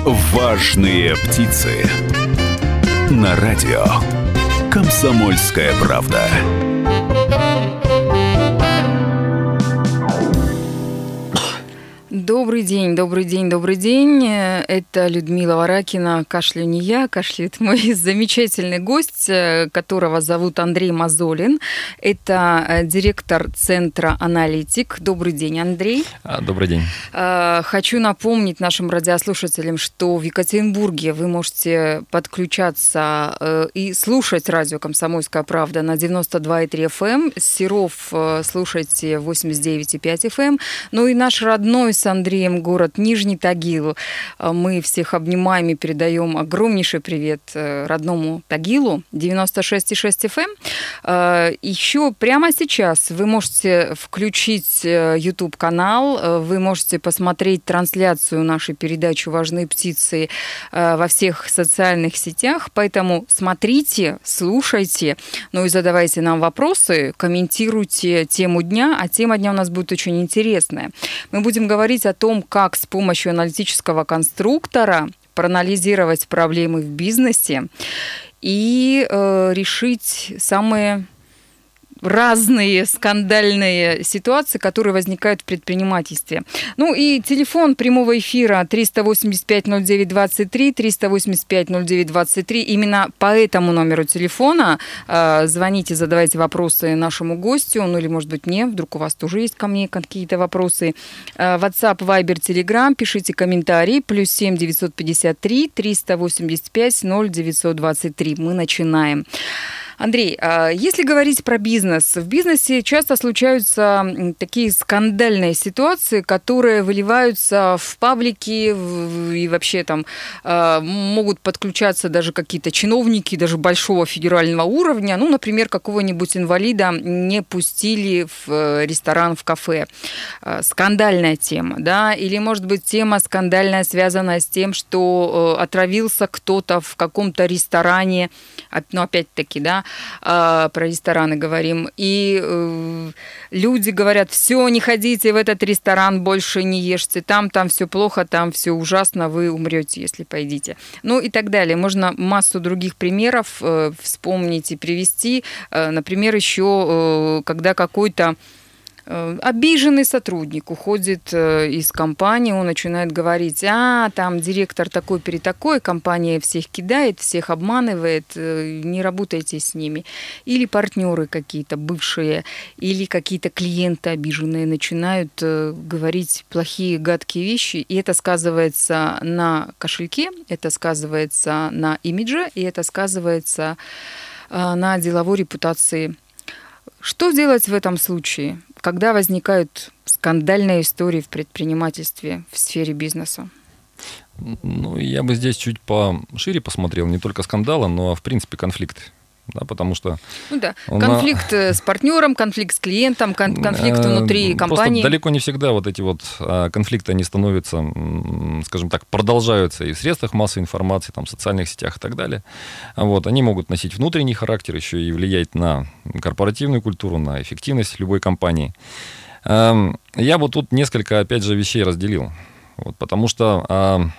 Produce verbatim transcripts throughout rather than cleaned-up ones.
Важные птицы. На радио «Комсомольская правда». Добрый день, добрый день, добрый день. Это Людмила Варакина. Кашляю не я, кашляет мой замечательный гость, которого зовут Андрей Мазолин. Это директор Центра Аналитик. Добрый день, Андрей. Добрый день. Хочу напомнить нашим радиослушателям, что в Екатеринбурге вы можете подключаться и слушать радио «Комсомольская правда» на девяносто два и три эф эм. Серов слушайте восемьдесят девять и пять эф эм. Ну и наш родной с Андреем город Нижний Тагил. Мы всех обнимаем и передаем огромнейший привет родному Тагилу. девяносто шесть и шесть эф эм. Еще прямо сейчас вы можете включить YouTube-канал, вы можете посмотреть трансляцию нашей передачи «Важные птицы» во всех социальных сетях, поэтому смотрите, слушайте, ну и задавайте нам вопросы, комментируйте тему дня, а тема дня у нас будет очень интересная. Мы будем говорить о том, как с помощью аналитического конструктора проанализировать проблемы в бизнесе и э, решить самые разные скандальные ситуации, которые возникают в предпринимательстве. Ну и телефон прямого эфира триста восемьдесят пять ноль девять двадцать три, триста восемьдесят пять ноль девять двадцать три. Именно по этому номеру телефона э, звоните, задавайте вопросы нашему гостю, ну или, может быть, мне, вдруг у вас тоже есть ко мне какие-то вопросы. Э, WhatsApp, Viber, Telegram, пишите комментарии, плюс семь девятьсот пятьдесят три, триста восемьдесят пять ноль девятьсот двадцать три. Мы начинаем. Андрей, если говорить про бизнес, в бизнесе часто случаются такие скандальные ситуации, которые выливаются в паблики и вообще там могут подключаться даже какие-то чиновники, даже большого федерального уровня. Ну, например, какого-нибудь инвалида не пустили в ресторан, в кафе. Скандальная тема, да? Или, может быть, тема скандальная, связанная с тем, что отравился кто-то в каком-то ресторане, ну, опять-таки, да, про рестораны говорим, и э, люди говорят: все, не ходите в этот ресторан, больше не ешьте, там, там все плохо, там все ужасно, вы умрете, если пойдете. Ну и так далее. Можно массу других примеров э, вспомнить и привести. Э, например, еще, э, когда какой-то обиженный сотрудник уходит из компании, он начинает говорить: а, там директор такой-перетакой, компания всех кидает, всех обманывает, не работайте с ними. Или партнеры какие-то бывшие, или какие-то клиенты обиженные начинают говорить плохие, гадкие вещи, и это сказывается на кошельке, это сказывается на имидже, и это сказывается на деловой репутации. Что делать в этом случае, когда возникают скандальные истории в предпринимательстве, в сфере бизнеса? Ну, я бы здесь чуть пошире посмотрел, не только скандалы, но, в принципе, конфликты. Да, потому что... Ну да, конфликт на... с партнером, конфликт с клиентом, конфликт внутри компании. Просто далеко не всегда вот эти вот конфликты, они становятся, скажем так, продолжаются и в средствах массовой информации, там, в социальных сетях и так далее. Вот, они могут носить внутренний характер, еще и влиять на корпоративную культуру, на эффективность любой компании. Я бы тут несколько, опять же, вещей разделил. Вот, потому что...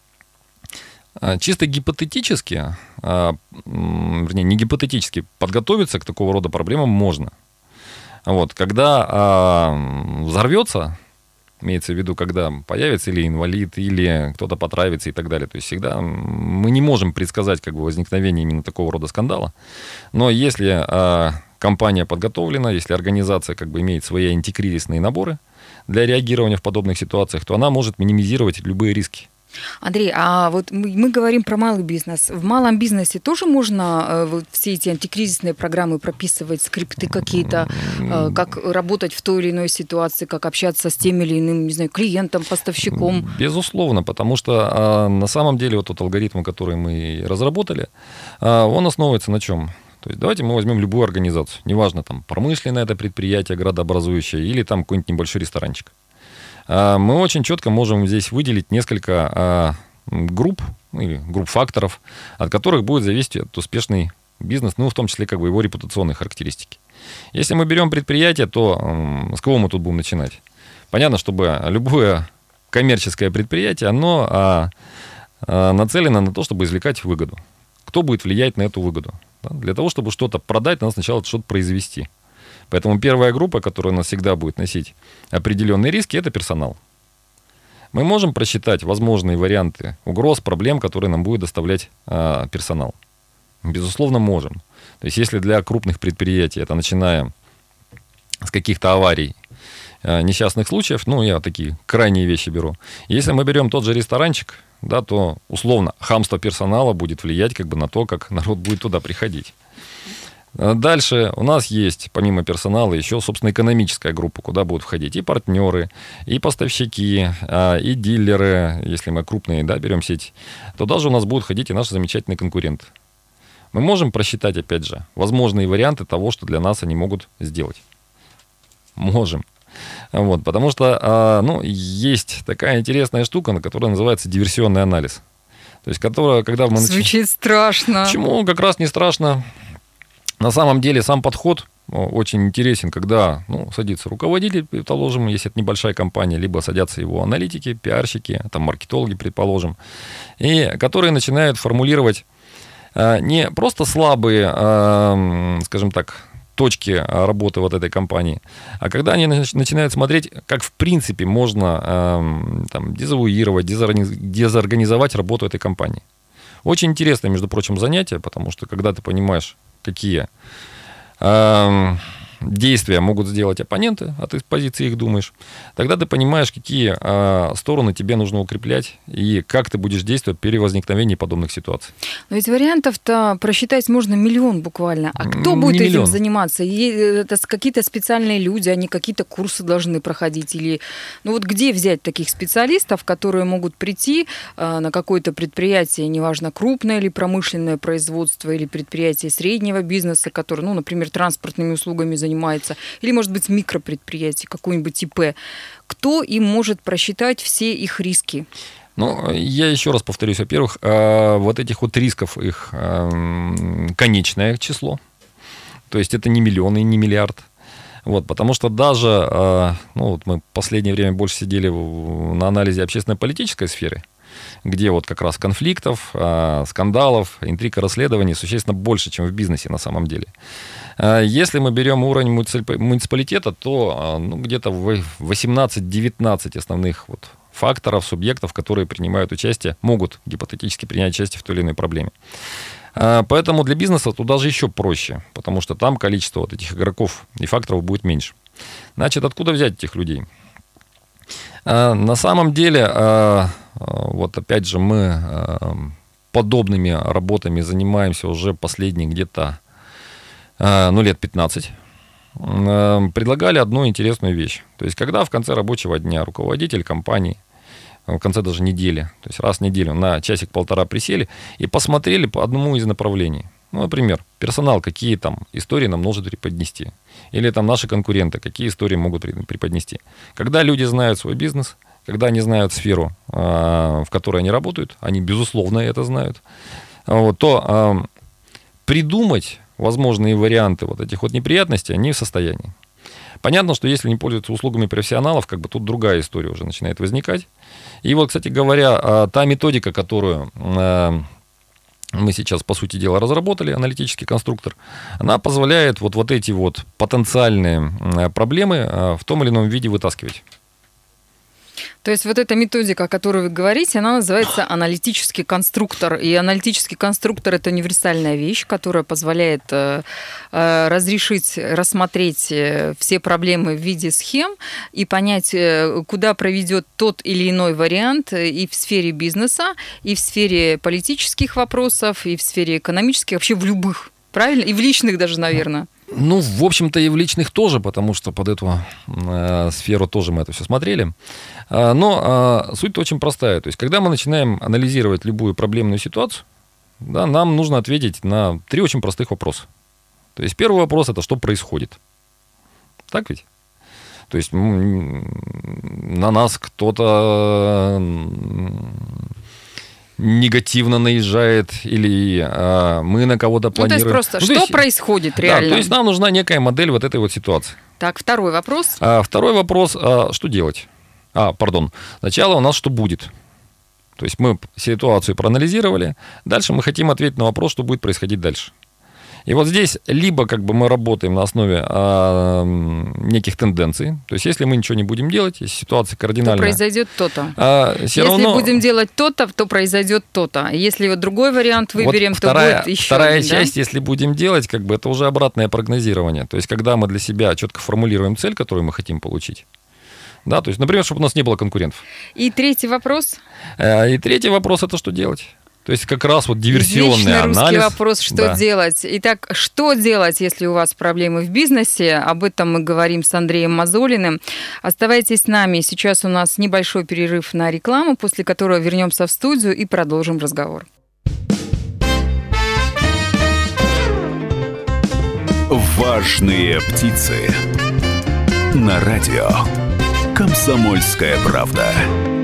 Чисто гипотетически, вернее, не гипотетически, подготовиться к такого рода проблемам можно. Вот, когда взорвется, имеется в виду, когда появится или инвалид, или кто-то потравится и так далее. То есть всегда мы не можем предсказать как бы возникновение именно такого рода скандала. Но если компания подготовлена, если организация как бы имеет свои антикризисные наборы для реагирования в подобных ситуациях, то она может минимизировать любые риски. Андрей, а вот мы, мы говорим про малый бизнес. В малом бизнесе тоже можно э, вот, все эти антикризисные программы прописывать, скрипты какие-то, э, как работать в той или иной ситуации, как общаться с тем или иным, не знаю, клиентом, поставщиком? Безусловно, потому что э, на самом деле вот тот алгоритм, который мы разработали, э, он основывается на чем? То есть давайте мы возьмем любую организацию, неважно, там промышленное это предприятие, градообразующее, или там какой-нибудь небольшой ресторанчик. Мы очень четко можем здесь выделить несколько групп, или групп факторов, от которых будет зависеть успешный бизнес, ну, в том числе как бы его репутационные характеристики. Если мы берем предприятие, то с кого мы тут будем начинать? Понятно, чтобы любое коммерческое предприятие, оно нацелена на то, чтобы извлекать выгоду. Кто будет влиять на эту выгоду? Для того, чтобы что-то продать, надо сначала что-то произвести. Поэтому первая группа, которая у нас всегда будет носить определенные риски, это персонал. Мы можем просчитать возможные варианты угроз, проблем, которые нам будет доставлять а, персонал. Безусловно, можем. То есть, если для крупных предприятий, это начиная с каких-то аварий, а, несчастных случаев, ну, я такие крайние вещи беру. Если мы берем тот же ресторанчик, да, то, условно, хамство персонала будет влиять как бы на то, как народ будет туда приходить. Дальше у нас есть, помимо персонала, еще, собственно, экономическая группа, куда будут входить и партнеры, и поставщики, и дилеры, если мы крупные, да, берем сеть, то даже у нас будут ходить и наши замечательные конкуренты. Мы можем просчитать, опять же, возможные варианты того, что для нас они могут сделать. Можем. Вот, потому что, ну, есть такая интересная штука, которая называется диверсионный анализ. То есть, которая, когда мы Звучит нач... страшно. Почему? Как раз не страшно. На самом деле сам подход очень интересен, когда, ну, садится руководитель, предположим, если это небольшая компания, либо садятся его аналитики, пиарщики, там, маркетологи, предположим, и которые начинают формулировать а, не просто слабые, а, скажем так, точки работы вот этой компании, а когда они начинают смотреть, как в принципе можно а, там, дезавуировать, дезорганизовать работу этой компании. Очень интересное, между прочим, занятие, потому что когда ты понимаешь, какие э, действия могут сделать оппоненты, а ты с позиции их думаешь, тогда ты понимаешь, какие э, стороны тебе нужно укреплять и как ты будешь действовать при возникновении подобных ситуаций. Но ведь вариантов-то просчитать можно миллион буквально. А кто будет Не этим миллион. заниматься? Это какие-то специальные люди, они какие-то курсы должны проходить? Или... Ну вот где взять таких специалистов, которые могут прийти э, на какое-то предприятие, неважно, крупное или промышленное производство, или предприятие среднего бизнеса, которое, ну, например, транспортными услугами занимается, или, может быть, микропредприятие, какое-нибудь ИП. Кто им может просчитать все их риски? Ну, я еще раз повторюсь. Во-первых, вот этих вот рисков, их конечное число. То есть это не миллион и не миллиард. Вот, потому что даже, ну, вот мы в последнее время больше сидели на анализе общественно-политической сферы, где вот как раз конфликтов, скандалов, интриг и расследований существенно больше, чем в бизнесе на самом деле. Если мы берем уровень муниципалитета, то ну, где-то восемнадцать-девятнадцать основных вот факторов, субъектов, которые принимают участие, могут гипотетически принять участие в той или иной проблеме. Поэтому для бизнеса тут даже еще проще, потому что там количество вот этих игроков и факторов будет меньше. Значит, откуда взять этих людей? На самом деле, вот опять же, мы подобными работами занимаемся уже последние где-то ну, лет пятнадцать. Предлагали одну интересную вещь. То есть, когда в конце рабочего дня руководитель компании, в конце даже недели, то есть раз в неделю на часик-полтора присели и посмотрели по одному из направлений. Ну, например, персонал, какие там истории нам может преподнести. Или там наши конкуренты, какие истории могут преподнести. Когда люди знают свой бизнес, когда они знают сферу, в которой они работают, они, безусловно, это знают, то придумать возможные варианты вот этих вот неприятностей они в состоянии. Понятно, что если не пользуются услугами профессионалов, как бы тут другая история уже начинает возникать. И вот, кстати говоря, та методика, которую мы сейчас, по сути дела, разработали, аналитический конструктор, она позволяет вот, вот эти вот потенциальные проблемы в том или ином виде вытаскивать. То есть вот эта методика, о которой вы говорите, она называется аналитический конструктор. И аналитический конструктор – это универсальная вещь, которая позволяет э, э, разрешить, рассмотреть все проблемы в виде схем и понять, куда проведет тот или иной вариант и в сфере бизнеса, и в сфере политических вопросов, и в сфере экономических, вообще в любых, правильно? И в личных даже, наверное. Ну, в общем-то, и в личных тоже, потому что под эту э, сферу тоже мы это все смотрели. Э, но э, суть-то очень простая. То есть, когда мы начинаем анализировать любую проблемную ситуацию, да, нам нужно ответить на три очень простых вопроса. То есть, первый вопрос – это что происходит. Так ведь? То есть, на нас кто-то негативно наезжает, или а, мы на кого-то планируем. Ну, то есть просто, ну, что то есть, происходит реально? Да, то есть нам нужна некая модель вот этой вот ситуации. Так, второй вопрос. А, второй вопрос, а, что делать? А, пардон. Сначала у нас что будет? То есть мы ситуацию проанализировали, дальше мы хотим ответить на вопрос, что будет происходить дальше. И вот здесь либо как бы мы работаем на основе а, неких тенденций, то есть если мы ничего не будем делать, если ситуация кардинальная... То произойдет то-то. А, если равно... будем делать то-то, то произойдет то-то. Если вот другой вариант выберем, вот то вторая, будет еще Вторая один, часть, да? если будем делать, как бы это уже обратное прогнозирование. То есть когда мы для себя четко формулируем цель, которую мы хотим получить. Да, то есть, например, чтобы у нас не было конкурентов. И третий вопрос? И третий вопрос – это что делать? То есть как раз вот диверсионный Извечный анализ. русский вопрос, что да. делать. Итак, что делать, если у вас проблемы в бизнесе? Об этом мы говорим с Андреем Мазолиным. Оставайтесь с нами. Сейчас у нас небольшой перерыв на рекламу, после которого вернемся в студию и продолжим разговор. Важные птицы. На радио «Комсомольская правда».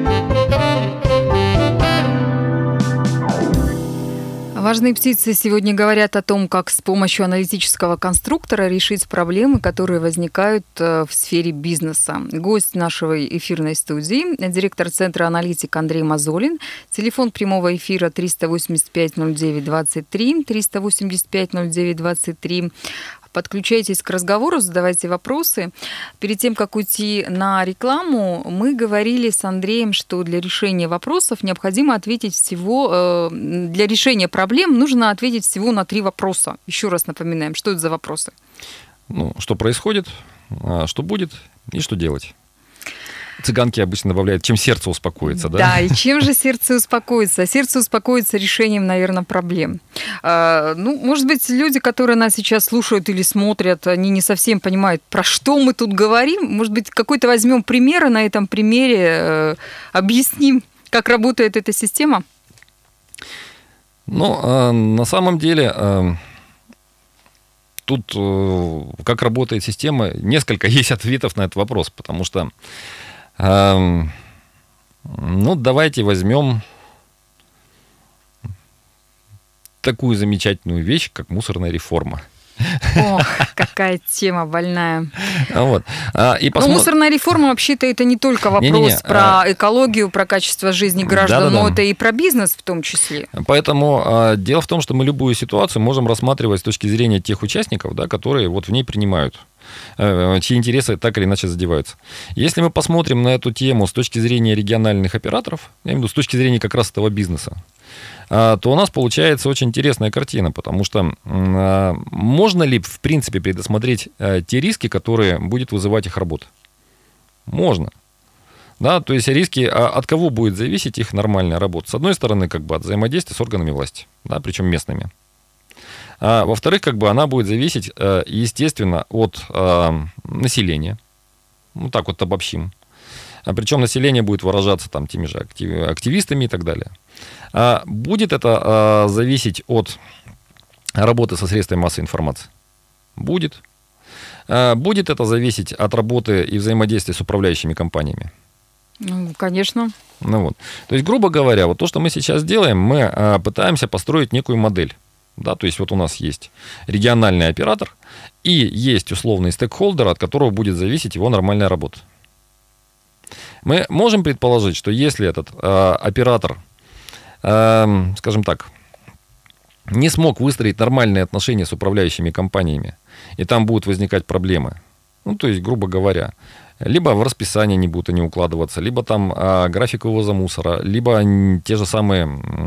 Важные птицы сегодня говорят о том, как с помощью аналитического конструктора решить проблемы, которые возникают в сфере бизнеса. Гость нашей эфирной студии – директор Центра аналитик Андрей Мазолин. Телефон прямого эфира триста восемьдесят пять ноль девять двадцать три, триста восемьдесят пять ноль девять двадцать три. Подключайтесь к разговору, задавайте вопросы. Перед тем, как уйти на рекламу, мы говорили с Андреем, что для решения вопросов необходимо ответить всего, для решения проблем нужно ответить всего на три вопроса. Еще раз напоминаем, что это за вопросы? Ну, что происходит, что будет и что делать. Цыганки обычно добавляют, чем сердце успокоится, да? Да, и чем же сердце успокоится? Сердце успокоится решением, наверное, проблем. А, ну, может быть, люди, которые нас сейчас слушают или смотрят, они не совсем понимают, про что мы тут говорим. Может быть, какой-то возьмем пример, и на этом примере э, объясним, как работает эта система? Ну, э, на самом деле... Э, Тут, как работает система, несколько есть ответов на этот вопрос, потому что, э, ну, давайте возьмем такую замечательную вещь, как мусорная реформа. Ох, какая тема больная. Вот. И посмотр... Но мусорная реформа, вообще-то, это не только вопрос Не-не-не. про экологию, про качество жизни граждан, Да-да-да. но это и про бизнес в том числе. Поэтому э, дело в том, что мы любую ситуацию можем рассматривать с точки зрения тех участников, да, которые вот в ней принимают, э, чьи интересы так или иначе задеваются. Если мы посмотрим на эту тему с точки зрения региональных операторов, я имею в виду с точки зрения как раз этого бизнеса, то у нас получается очень интересная картина, потому что э, можно ли, в принципе, предусмотреть э, те риски, которые будет вызывать их работа? Можно. Да, то есть риски, а от кого будет зависеть их нормальная работа? С одной стороны, как бы от взаимодействия с органами власти, да, причем местными. А во-вторых, как бы она будет зависеть, э, естественно, от э, населения. Ну, так вот обобщим. А причем население будет выражаться там теми же активистами и так далее. А будет это а, зависеть от работы со средствами массовой информации? Будет. А, будет это зависеть от работы и взаимодействия с управляющими компаниями? Ну, конечно. Ну, вот. То есть, грубо говоря, вот то, что мы сейчас делаем, мы а, пытаемся построить некую модель. Да, то есть вот у нас есть региональный оператор и есть условный стейкхолдер, от которого будет зависеть его нормальная работа. Мы можем предположить, что если этот э, оператор, э, скажем так, не смог выстроить нормальные отношения с управляющими компаниями, и там будут возникать проблемы, ну, то есть, грубо говоря, либо в расписание не будут они укладываться, либо там э, график вывоза мусора, либо те же самые,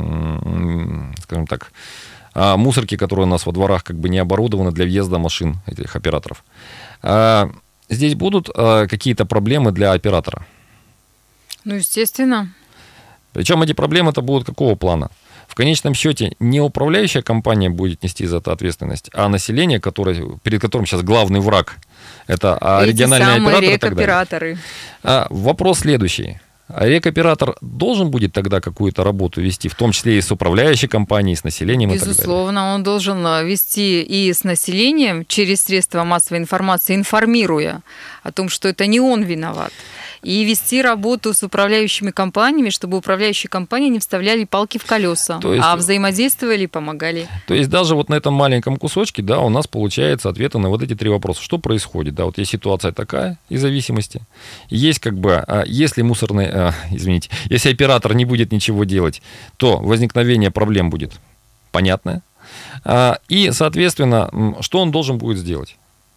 э, скажем так, э, мусорки, которые у нас во дворах как бы не оборудованы для въезда машин этих операторов. Э, здесь будут э, какие-то проблемы для оператора. Ну, естественно. Причем эти проблемы-то будут какого плана? В конечном счете не управляющая компания будет нести за это ответственность, а население, которое, перед которым сейчас главный враг, это эти региональные операторы и так далее. А вопрос следующий. А рекоператор должен будет тогда какую-то работу вести, в том числе и с управляющей компанией, и с населением? Безусловно, он должен вести и с населением через средства массовой информации, информируя о том, что это не он виноват. и вести работу с управляющими компаниями, чтобы управляющие компании не вставляли палки в колеса, то есть, а взаимодействовали и помогали. То есть даже вот на этом маленьком кусочке, да, у нас получается ответы на вот эти три вопроса. Что происходит? Да, вот есть ситуация такая из зависимости. Есть как бы, если мусорный, извините, если оператор не будет ничего делать, то возникновение проблем будет понятное. И, соответственно, что он должен будет сделать?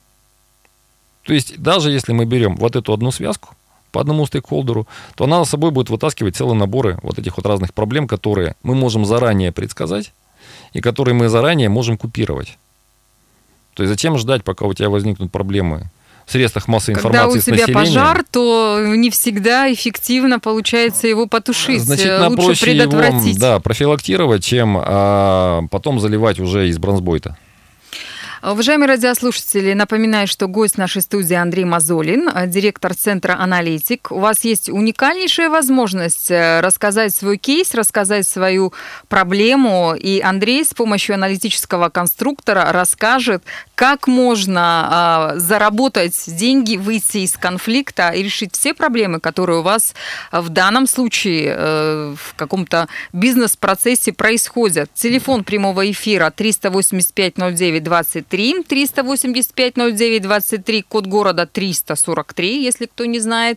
То есть даже если мы берем вот эту одну связку по одному стейкхолдеру, то она с собой будет вытаскивать целые наборы вот этих вот разных проблем, которые мы можем заранее предсказать и которые мы заранее можем купировать. То есть зачем ждать, пока у тебя возникнут проблемы в средствах массовой информации с населением? Когда у тебя пожар, то не всегда эффективно получается его потушить. Значительно лучше проще предотвратить. Его, да, профилактировать, чем а, потом заливать уже из бронзбойта. Уважаемые радиослушатели, напоминаю, что гость нашей студии Андрей Мазолин, директор Центра «Аналитик». У вас есть уникальнейшая возможность рассказать свой кейс, рассказать свою проблему. И Андрей с помощью аналитического конструктора расскажет, как можно заработать деньги, выйти из конфликта и решить все проблемы, которые у вас в данном случае в каком-то бизнес-процессе происходят. Телефон прямого эфира триста восемьдесят пять ноль девять двадцать три, триста восемьдесят пять ноль девять двадцать три, код города триста сорок три, если кто не знает.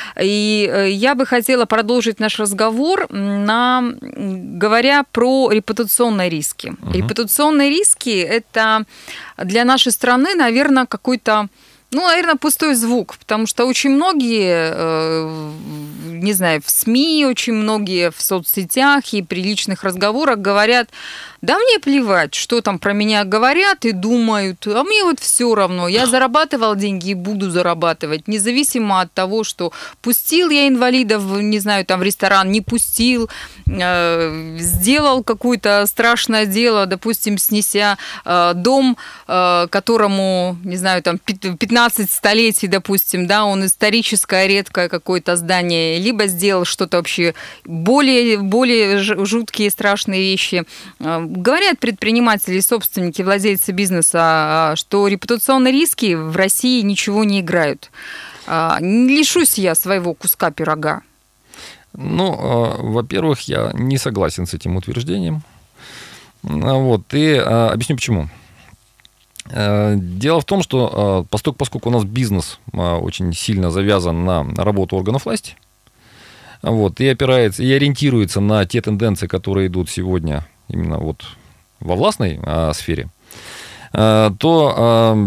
И я бы хотела продолжить наш разговор, на, говоря про репутационные риски. Uh-huh. Репутационные риски – это для нашей страны, наверное, какой-то, ну, наверное, пустой звук, потому что очень многие, не знаю, в СМИ, очень многие в соцсетях и при личных разговорах говорят: да мне плевать, что там про меня говорят и думают, а мне вот все равно. Я зарабатывал деньги и буду зарабатывать, независимо от того, что пустил я инвалидов, не знаю, там в ресторан, не пустил, э, сделал какое-то страшное дело, допустим, снеся э, дом, э, которому, не знаю, там пятнадцать столетий, допустим, да, он историческое, редкое какое-то здание, либо сделал что-то вообще более, более жуткие, страшные вещи. Говорят предприниматели, собственники, владельцы бизнеса, что репутационные риски в России ничего не играют. Не лишусь я своего куска пирога. Ну, во-первых, я не согласен с этим утверждением. Вот, и объясню почему. Дело в том, что поскольку, поскольку у нас бизнес очень сильно завязан на работу органов власти, вот, и опирается, и ориентируется на те тенденции, которые идут сегодня именно вот во властной а, сфере, а, то а,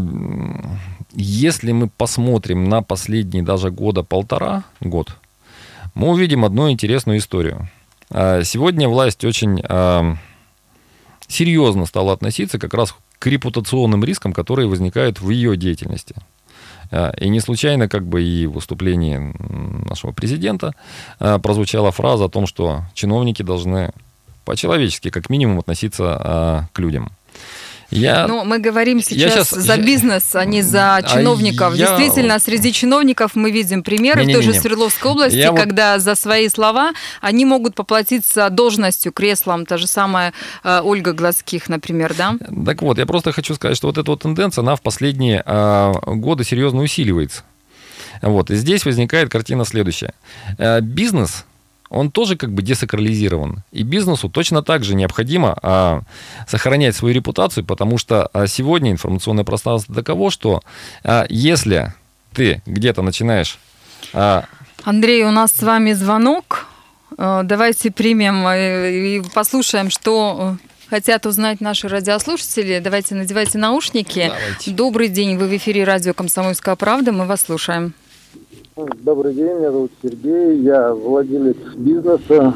если мы посмотрим на последние даже года полтора, год, мы увидим одну интересную историю. А, сегодня власть очень а, серьезно стала относиться как раз к репутационным рискам, которые возникают в ее деятельности. А, и не случайно как бы и в выступлении нашего президента а, прозвучала фраза о том, что чиновники должны по-человечески, как минимум, относиться а, к людям. Я, Но мы говорим сейчас, сейчас за бизнес, а не за чиновников. А я... Действительно, среди чиновников мы видим примеры не, не, в той не, не. же Свердловской области, я когда вот... за свои слова они могут поплатиться должностью, креслом. Та же самая э, Ольга Глазких, например, да? Так вот, я просто хочу сказать, что вот эта вот тенденция, она в последние э, годы серьезно усиливается. Вот, и здесь возникает картина следующая. Э, бизнес... он тоже как бы десакрализирован. И бизнесу точно так же необходимо а, сохранять свою репутацию, потому что а, сегодня информационное пространство таково, что а, если ты где-то начинаешь... А... Андрей, у нас с вами звонок. Давайте примем и послушаем, что хотят узнать наши радиослушатели. Давайте надевайте наушники. Давайте. Добрый день, вы в эфире радио «Комсомольская правда», мы вас слушаем. Добрый день, меня зовут Сергей, я владелец бизнеса.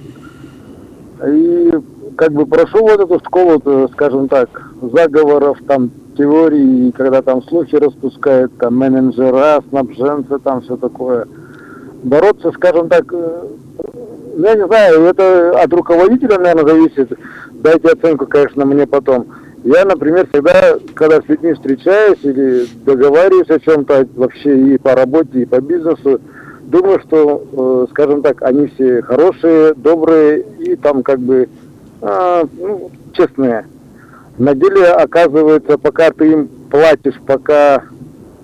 И как бы прошел вот эту школу, скажем так, заговоров, там, теорий, когда там слухи распускают, там, менеджера, снабженцы, там, все такое. Бороться, скажем так, я не знаю, это от руководителя, наверное, зависит. Дайте оценку, конечно, мне потом. Я, например, всегда, когда с людьми встречаюсь или договариваюсь о чем-то вообще и по работе, и по бизнесу, думаю, что, э, скажем так, они все хорошие, добрые и там как бы э, ну, честные. На деле, оказывается, пока ты им платишь, пока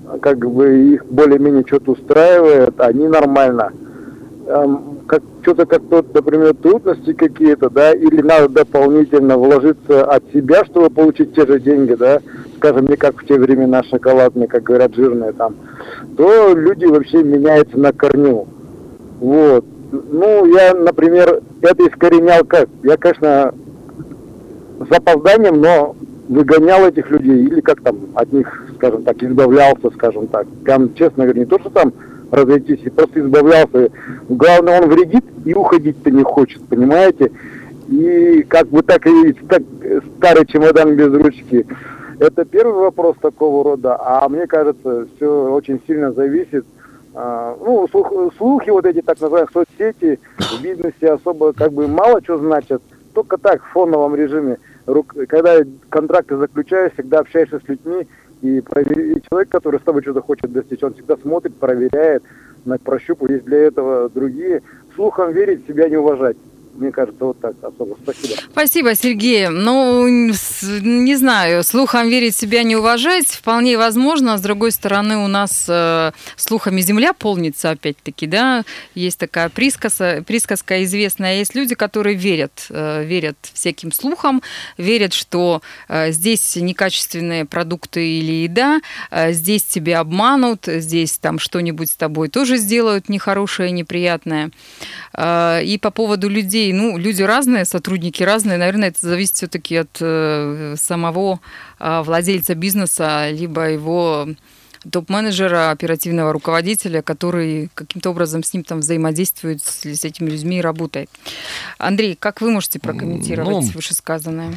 как бы их более-менее что-то устраивает, они нормально. Как, что-то как-то, например, трудности какие-то, да, или надо дополнительно вложиться от себя, чтобы получить те же деньги, да, скажем, не как в те времена шоколадные, как говорят, жирные там, то люди вообще меняются на корню. Вот. Ну, я, например, это искоренял как? Я, конечно, с опозданием, но выгонял этих людей, или как там от них, скажем так, избавлялся, скажем так. Прям, честно говоря, не то, что там разойтись, и просто избавлялся. Главное, он вредит и уходить-то не хочет, понимаете? И как бы так и так, старый чемодан без ручки. Это первый вопрос такого рода. А мне кажется, все очень сильно зависит. А, ну, слух, слухи вот эти, так называемые соцсети, в бизнесе особо как бы мало что значат. Только так, в фоновом режиме. Когда контракты заключаешь, всегда общаешься с людьми, и, и человек, который с тобой что-то хочет достичь, он всегда смотрит, проверяет, прощупывает. Есть для этого другие. Слухам верить, себя не уважать. Мне кажется, вот так особо. Спасибо. Спасибо, Сергей. Ну, не знаю, слухам верить, себя не уважать вполне возможно. С другой стороны, у нас э, слухами земля полнится, опять-таки, да. Есть такая присказка, присказка известная. Есть люди, которые верят, э, верят всяким слухам, верят, что э, здесь некачественные продукты или еда, э, здесь тебя обманут, здесь там что-нибудь с тобой тоже сделают нехорошее, неприятное. Э, и по поводу людей, ну, люди разные, сотрудники разные. Наверное, это зависит все-таки от э, самого э, владельца бизнеса, либо его топ-менеджера, оперативного руководителя, который каким-то образом с ним там взаимодействует, с, с этими людьми и работает. Андрей, как вы можете прокомментировать ну, вышесказанное?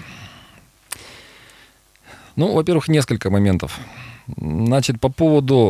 Ну, во-первых, несколько моментов. Значит, по поводу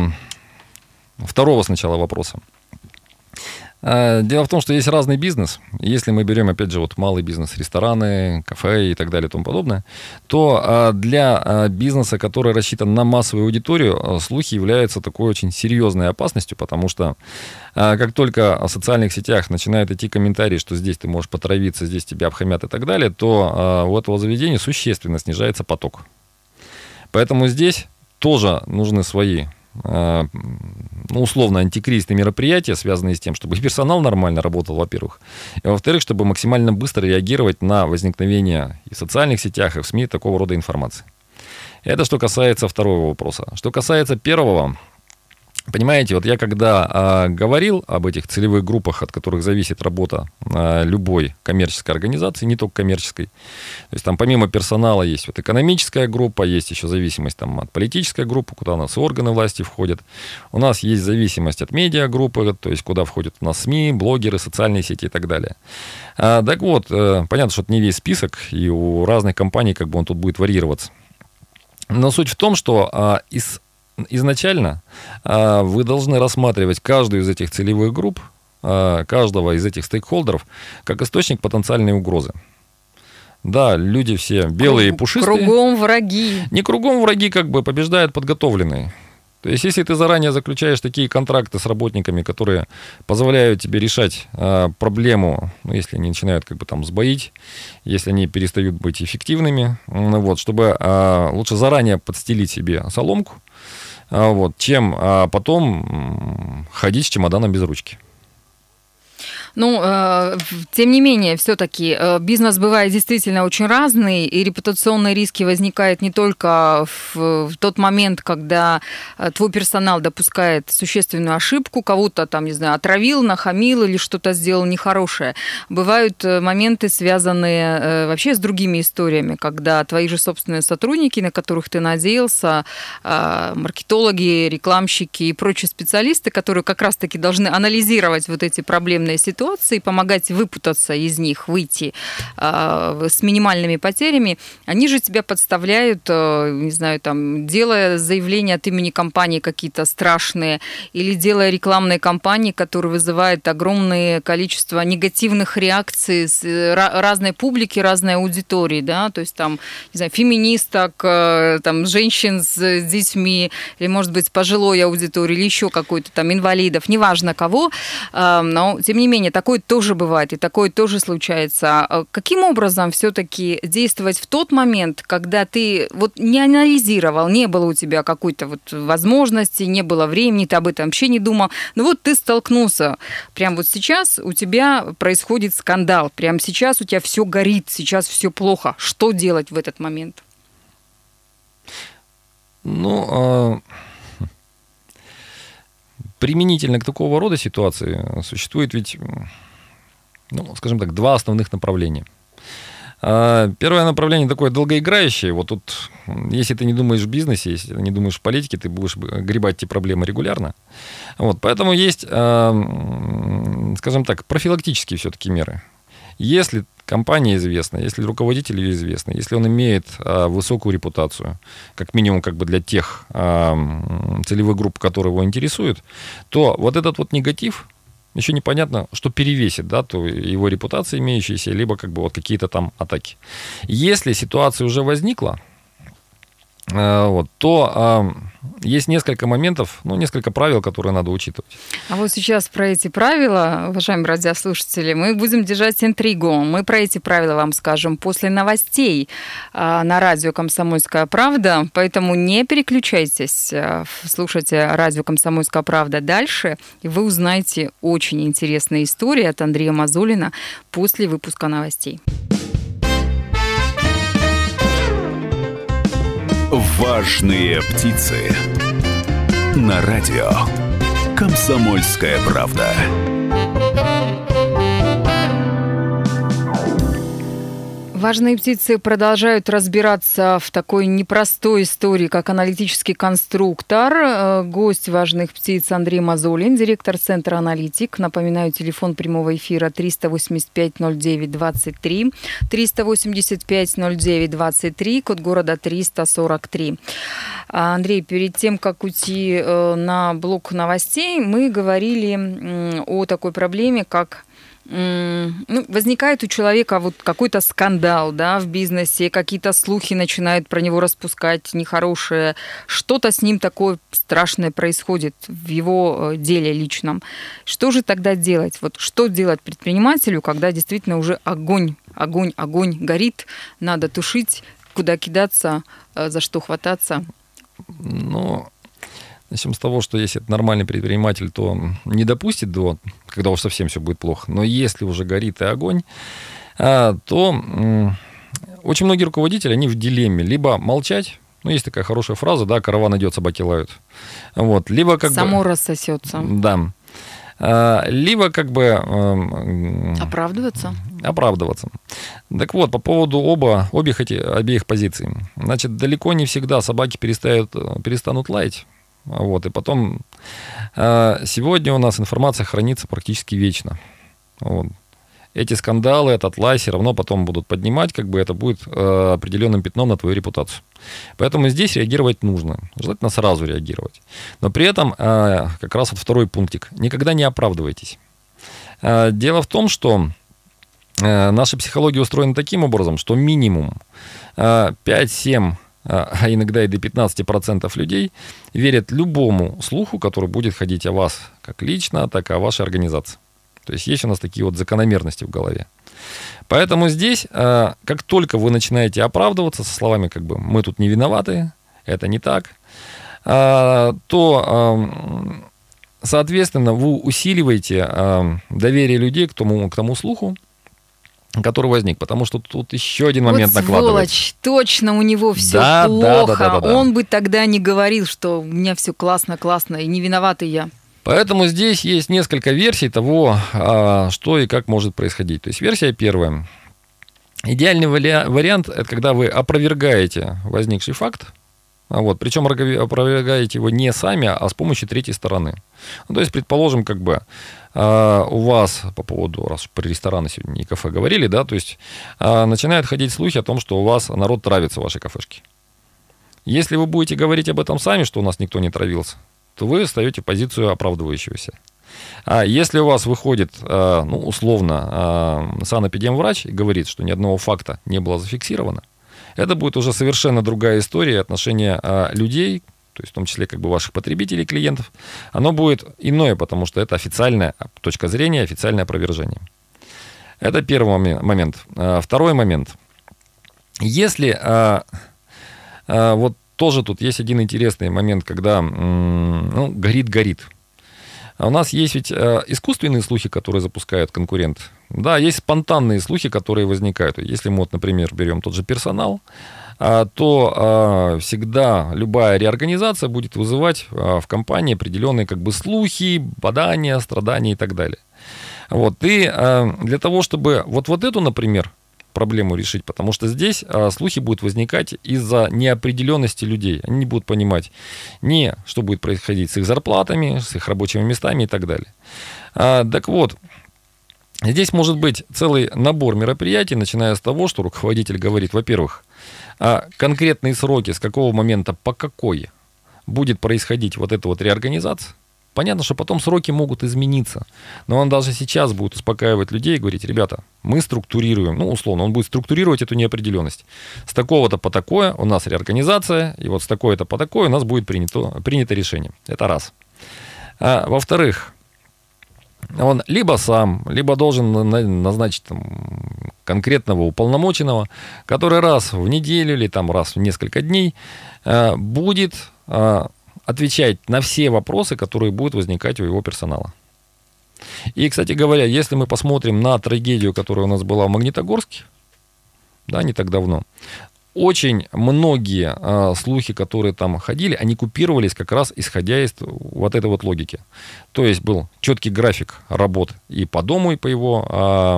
э, второго сначала вопроса. Дело в том, что есть разный бизнес. Если мы берем, опять же, вот малый бизнес, рестораны, кафе и так далее и тому подобное, то для бизнеса, который рассчитан на массовую аудиторию, слухи являются такой очень серьезной опасностью, потому что как только в социальных сетях начинают идти комментарии, что здесь ты можешь потравиться, здесь тебя обхамят и так далее, то у этого заведения существенно снижается поток. Поэтому здесь тоже нужны свои, ну, условно, антикризисные мероприятия, связанные с тем, чтобы персонал нормально работал, во-первых, и, во-вторых, чтобы максимально быстро реагировать на возникновение и в социальных сетях, и в СМИ такого рода информации. Это что касается второго вопроса. Что касается первого, понимаете, вот я когда а, говорил об этих целевых группах, от которых зависит работа а, любой коммерческой организации, не только коммерческой, то есть там помимо персонала есть вот экономическая группа, есть еще зависимость там от политической группы, куда у нас и органы власти входят, у нас есть зависимость от медиагруппы, то есть куда входят у нас СМИ, блогеры, социальные сети и так далее. А, так вот, понятно, что это не весь список, и у разных компаний как бы он тут будет варьироваться. Но суть в том, что а, из изначально а, вы должны рассматривать каждую из этих целевых групп, а, каждого из этих стейкхолдеров, как источник потенциальной угрозы. Да, люди все белые Круг, и пушистые. Кругом враги. Не кругом враги, как бы побеждают подготовленные. То есть, если ты заранее заключаешь такие контракты с работниками, которые позволяют тебе решать а, проблему, ну, если они начинают как бы там сбоить, если они перестают быть эффективными, ну, вот, чтобы а, лучше заранее подстелить себе соломку, а, вот, чем а, потом ходить с чемоданом без ручки. Ну, э, тем не менее, все-таки э, бизнес бывает действительно очень разный, и репутационные риски возникают не только в, в тот момент, когда э, твой персонал допускает существенную ошибку, кого-то там, не знаю, отравил, нахамил или что-то сделал нехорошее. Бывают э, моменты, связанные э, вообще с другими историями, когда твои же собственные сотрудники, на которых ты надеялся, э, маркетологи, рекламщики и прочие специалисты, которые как раз-таки должны анализировать вот эти проблемные ситуации, и помогать выпутаться из них, выйти э, с минимальными потерями, они же тебя подставляют, э, не знаю, там, делая заявления от имени компании какие-то страшные, или делая рекламные кампании, которые вызывают огромное количество негативных реакций с разной публики, разной аудитории, да, то есть там, не знаю, феминисток, э, там, женщин с детьми, или, может быть, с пожилой аудиторией, или еще какой-то там инвалидов, неважно кого, э, но, тем не менее, такое тоже бывает, и такое тоже случается. Каким образом все-таки действовать в тот момент, когда ты вот не анализировал, не было у тебя какой-то вот возможности, не было времени, ты об этом вообще не думал, но вот ты столкнулся, прям вот сейчас у тебя происходит скандал, прям сейчас у тебя все горит, сейчас все плохо. Что делать в этот момент? Ну, а... применительно к такого рода ситуации существует ведь, ну, скажем так, два основных направления. Первое направление такое долгоиграющее. Вот тут, если ты не думаешь в бизнесе, если ты не думаешь в политике, ты будешь гребать эти проблемы регулярно. Вот, поэтому есть, скажем так, профилактические все-таки меры. Если компания известна, если руководитель ее известны, если он имеет а, высокую репутацию, как минимум как бы для тех а, целевых групп, которые его интересуют, то вот этот вот негатив, еще непонятно, что перевесит, да, то его репутация имеющаяся, либо как бы вот какие-то там атаки. Если ситуация уже возникла, а, вот, то а, есть несколько моментов, ну, несколько правил, которые надо учитывать. А вот сейчас про эти правила, уважаемые радиослушатели, мы будем держать интригу. Мы про эти правила вам скажем после новостей на радио «Комсомольская правда». Поэтому не переключайтесь, слушайте радио «Комсомольская правда» дальше, и вы узнаете очень интересные истории от Андрея Мазулина после выпуска новостей. Важные птицы. На радио «Комсомольская правда». Важные птицы продолжают разбираться в такой непростой истории, как аналитический конструктор. Гость важных птиц Андрей Мазулин, директор Центра «Аналитик». Напоминаю, телефон прямого эфира триста восемьдесят пять ноль девять двадцать три, триста восемьдесят пять ноль девять двадцать три, код города триста сорок три. Андрей, перед тем, как уйти на блок новостей, мы говорили о такой проблеме, как... Ну, возникает у человека вот какой-то скандал, да, в бизнесе, какие-то слухи начинают про него распускать нехорошие, что-то с ним такое страшное происходит в его деле личном. Что же тогда делать? Вот что делать предпринимателю, когда действительно уже огонь, огонь, огонь горит, надо тушить, куда кидаться, за что хвататься? Ну... Начнем с того, что если это нормальный предприниматель, то не допустит до, когда уж совсем все будет плохо. Но если уже горит и огонь, то очень многие руководители, они в дилемме. Либо молчать, ну, есть такая хорошая фраза, да, караван идет, собаки лают. Вот, либо как Само бы... рассосется. Да. Либо как бы... Оправдываться? Оправдываться. Так вот, по поводу оба, обеих, эти, обеих позиций. Значит, далеко не всегда собаки перестают, перестанут лаять. Вот, и потом сегодня у нас информация хранится практически вечно. Вот. Эти скандалы, этот лай все равно потом будут поднимать, как бы это будет определенным пятном на твою репутацию. Поэтому здесь реагировать нужно. Желательно сразу реагировать. Но при этом как раз вот второй пунктик. Никогда не оправдывайтесь. Дело в том, что наша психология устроена таким образом, что минимум пять-семь а иногда и до пятнадцать процентов людей верят любому слуху, который будет ходить о вас как лично, так и о вашей организации. То есть есть у нас такие вот закономерности в голове. Поэтому здесь, как только вы начинаете оправдываться со словами, как бы, мы тут не виноваты, это не так, то, соответственно, вы усиливаете доверие людей к тому, к тому слуху, который возник, потому что тут еще один момент вот накладывается. Сволочь, точно у него все да, плохо. Да, да, да, да, да. Он бы тогда не говорил, что у меня все классно, классно, и не виноватый я. Поэтому здесь есть несколько версий того, что и как может происходить. То есть версия первая. Идеальный вариант – это когда вы опровергаете возникший факт, вот, причем опровергаете его не сами, а с помощью третьей стороны. Ну, то есть, предположим, как бы э, у вас по поводу, раз про рестораны сегодня и кафе говорили, да, то есть э, начинают ходить слухи о том, что у вас народ травится в вашей кафешке. Если вы будете говорить об этом сами, что у нас никто не травился, то вы встаете в позицию оправдывающегося. А если у вас выходит, э, ну, условно, э, санэпидемврач и говорит, что ни одного факта не было зафиксировано, это будет уже совершенно другая история отношения а, людей то есть в том числе как бы ваших потребителей, клиентов, оно будет иное, потому что это официальная точка зрения, официальное опровержение. Это первый момент. Второй момент. Если а, а, вот тоже тут есть один интересный момент, когда ну, горит-горит. А у нас есть ведь а, искусственные слухи, которые запускают конкуренты. Да, есть спонтанные слухи, которые возникают. Если мы, вот, например, берем тот же персонал, а, то а, всегда любая реорганизация будет вызывать а, в компании определенные как бы слухи, бадания, страдания и так далее. Вот. И а, для того, чтобы вот, вот эту, например, проблему решить, потому что здесь а, слухи будут возникать из-за неопределенности людей. Они не будут понимать ни что будет происходить с их зарплатами, с их рабочими местами и так далее. А, так вот, здесь может быть целый набор мероприятий, начиная с того, что руководитель говорит, во-первых, а конкретные сроки, с какого момента по какой будет происходить вот эта вот реорганизация. Понятно, что потом сроки могут измениться, но он даже сейчас будет успокаивать людей и говорить, ребята, мы структурируем, ну, условно, он будет структурировать эту неопределенность. С такого-то по такое у нас реорганизация, и вот с такое-то по такое у нас будет принято, принято решение. Это раз. А, во-вторых, он либо сам, либо должен назначить там, конкретного уполномоченного, который раз в неделю или там раз в несколько дней а, будет... А, отвечать на все вопросы, которые будут возникать у его персонала. И, кстати говоря, если мы посмотрим на трагедию, которая у нас была в Магнитогорске, да, не так давно, очень многие а, слухи, которые там ходили, они купировались как раз исходя из вот этой вот логики. То есть был четкий график работы и по дому, и по его... А,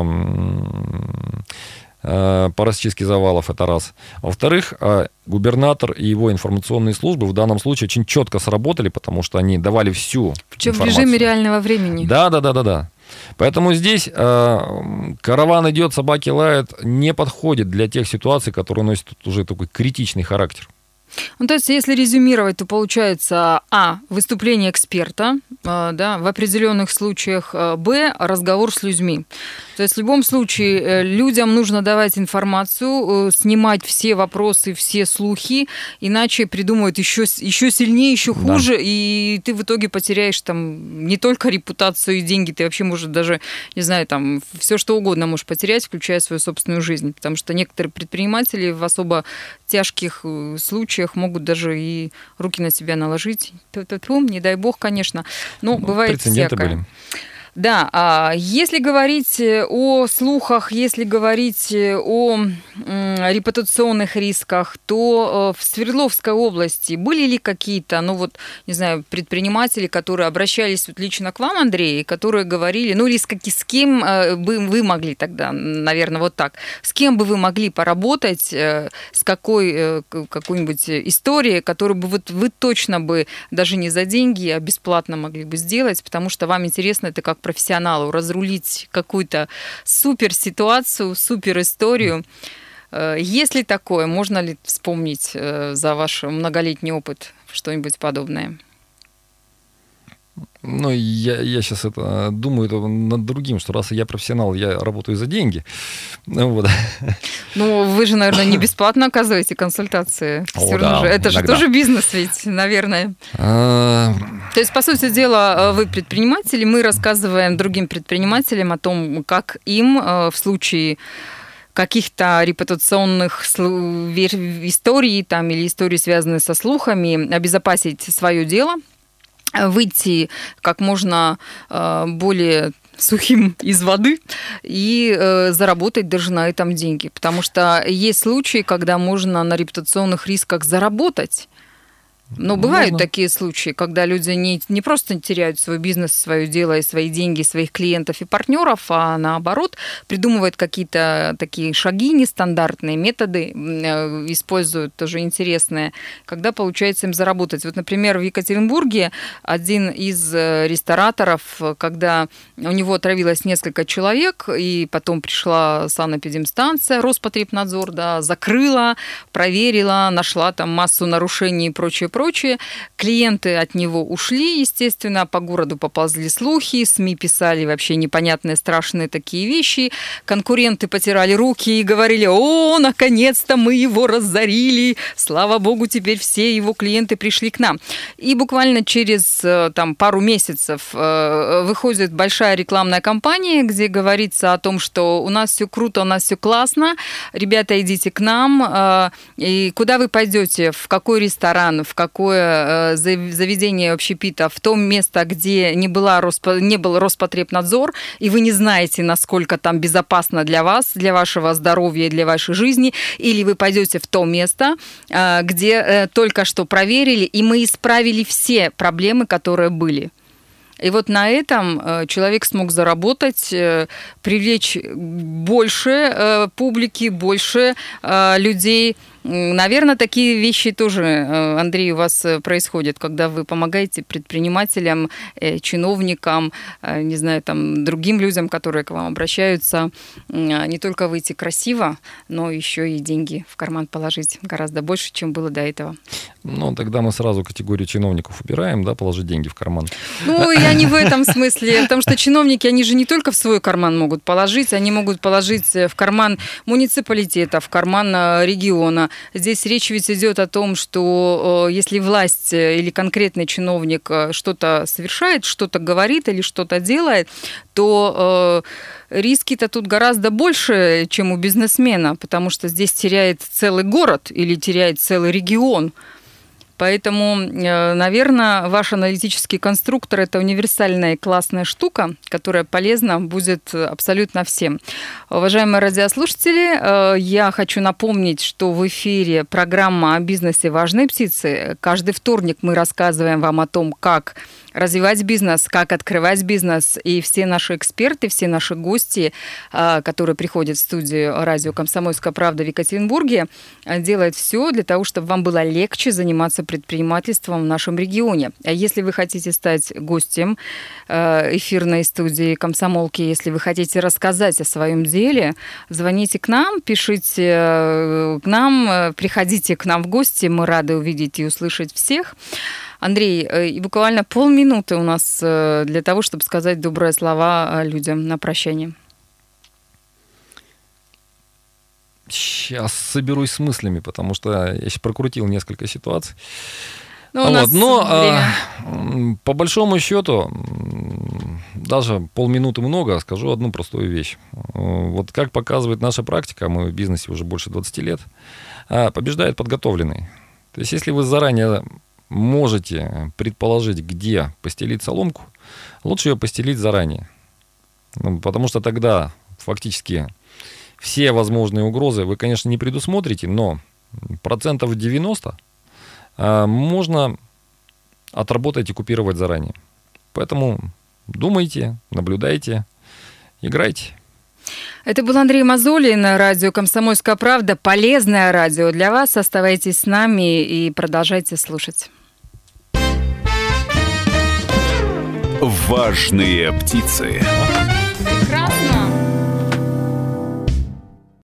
по расчистке завалов, это раз. Во-вторых, губернатор и его информационные службы в данном случае очень четко сработали, потому что они давали всю Причем информацию. в режиме реального времени. Да, да, да, да, да. Поэтому здесь э, караван идет, собаки лают, не подходит для тех ситуаций, которые носят уже такой критичный характер. Ну, то есть, если резюмировать, то получается, а, выступление эксперта, да, в определенных случаях, б, разговор с людьми. То есть, в любом случае, людям нужно давать информацию, снимать все вопросы, все слухи, иначе придумают еще, еще сильнее, еще хуже, да. И ты в итоге потеряешь там не только репутацию и деньги, ты вообще, может, даже, не знаю, там, все что угодно можешь потерять, включая свою собственную жизнь, потому что некоторые предприниматели в особо тяжких случаях могут даже и руки на себя наложить. Ту-ту-ту, не дай бог, конечно. Но ну, бывает всякое. Были. Да, а если говорить о слухах, если говорить о репутационных рисках, то в Свердловской области были ли какие-то, ну вот, не знаю, предприниматели, которые обращались вот лично к вам, Андрей, которые говорили, ну или с, с кем бы вы могли тогда, наверное, вот так, с кем бы вы могли поработать, с какой, какой-нибудь историей, которую бы вот вы точно бы даже не за деньги, а бесплатно могли бы сделать, потому что вам интересно это как профессионалу разрулить какую-то супер ситуацию, супер историю. Есть ли такое? Можно ли вспомнить за ваш многолетний опыт что-нибудь подобное? Ну, я, я сейчас это думаю это над другим, что раз я профессионал, я работаю за деньги. Ну, вот. Ну, вы же, наверное, не бесплатно оказываете консультации. О, да, же. Это иногда. же тоже бизнес ведь, наверное. А... То есть, по сути дела, вы предприниматели, мы рассказываем другим предпринимателям о том, как им в случае каких-то репутационных историй там, или историй, связанных со слухами, обезопасить свое дело, выйти как можно более сухим из воды и э, заработать даже на этом деньги. Потому что есть случаи, когда можно на репутационных рисках заработать. Но бывают Можно. такие случаи, когда люди не, не просто теряют свой бизнес, свое дело и свои деньги, своих клиентов и партнеров, а наоборот придумывают какие-то такие шаги нестандартные, методы используют тоже интересные, когда получается им заработать. Вот, например, в Екатеринбурге один из рестораторов, когда у него отравилось несколько человек, и потом пришла санэпидемстанция, Роспотребнадзор, да, закрыла, проверила, нашла там массу нарушений и прочее, прочее. Клиенты от него ушли, естественно, по городу поползли слухи, СМИ писали вообще непонятные, страшные такие вещи. Конкуренты потирали руки и говорили: о, наконец-то мы его разорили, слава богу, теперь все его клиенты пришли к нам. И буквально через там, пару месяцев выходит большая рекламная кампания, где говорится о том, что у нас все круто, у нас все классно, ребята, идите к нам. И куда вы пойдете, в какой ресторан, в какое заведение общепита, в то место, где не, была Роспо... не был Роспотребнадзор, и вы не знаете, насколько там безопасно для вас, для вашего здоровья, для вашей жизни, или вы пойдете в то место, где только что проверили, и мы исправили все проблемы, которые были. И вот на этом человек смог заработать, привлечь больше публики, больше людей. Наверное, такие вещи тоже, Андрей, у вас происходят, когда вы помогаете предпринимателям, чиновникам, не знаю, там, другим людям, которые к вам обращаются, не только выйти красиво, но еще и деньги в карман положить гораздо больше, чем было до этого. Ну, тогда мы сразу категорию чиновников убираем, да, положить деньги в карман. Ну, я не в этом смысле, потому что чиновники, они же не только в свой карман могут положить, они могут положить в карман муниципалитета, в карман региона. Здесь речь ведь идет о том, что если власть или конкретный чиновник что-то совершает, что-то говорит или что-то делает, то риски-то тут гораздо больше, чем у бизнесмена, потому что здесь теряет целый город или теряет целый регион. Поэтому, наверное, ваш аналитический конструктор – это универсальная и классная штука, которая полезна будет абсолютно всем. Уважаемые радиослушатели, я хочу напомнить, что в эфире программа о бизнесе «Важные птицы». Каждый вторник мы рассказываем вам о том, как развивать бизнес, как открывать бизнес. И все наши эксперты, все наши гости, которые приходят в студию радио «Комсомольская правда» в Екатеринбурге, делают все для того, чтобы вам было легче заниматься предпринимательством в нашем регионе. А если вы хотите стать гостем эфирной студии «Комсомолки», если вы хотите рассказать о своем деле, звоните к нам, пишите к нам, приходите к нам в гости. Мы рады увидеть и услышать всех. Андрей, и буквально полминуты у нас для того, чтобы сказать добрые слова людям на прощание. Сейчас соберусь с мыслями, потому что я сейчас прокрутил несколько ситуаций. Ну, у нас вот, но время. А, по большому счету, даже полминуты много, скажу одну простую вещь. Вот как показывает наша практика, мы в бизнесе уже больше двадцати лет, побеждает подготовленный. То есть если вы заранее можете предположить, где постелить соломку, лучше ее постелить заранее. Ну, потому что тогда фактически все возможные угрозы вы, конечно, не предусмотрите, но процентов девяносто а, можно отработать и купировать заранее. Поэтому думайте, наблюдайте, играйте. Это был Андрей Мазолин, радио «Комсомольская правда». Полезное радио для вас. Оставайтесь с нами и продолжайте слушать. Важные птицы.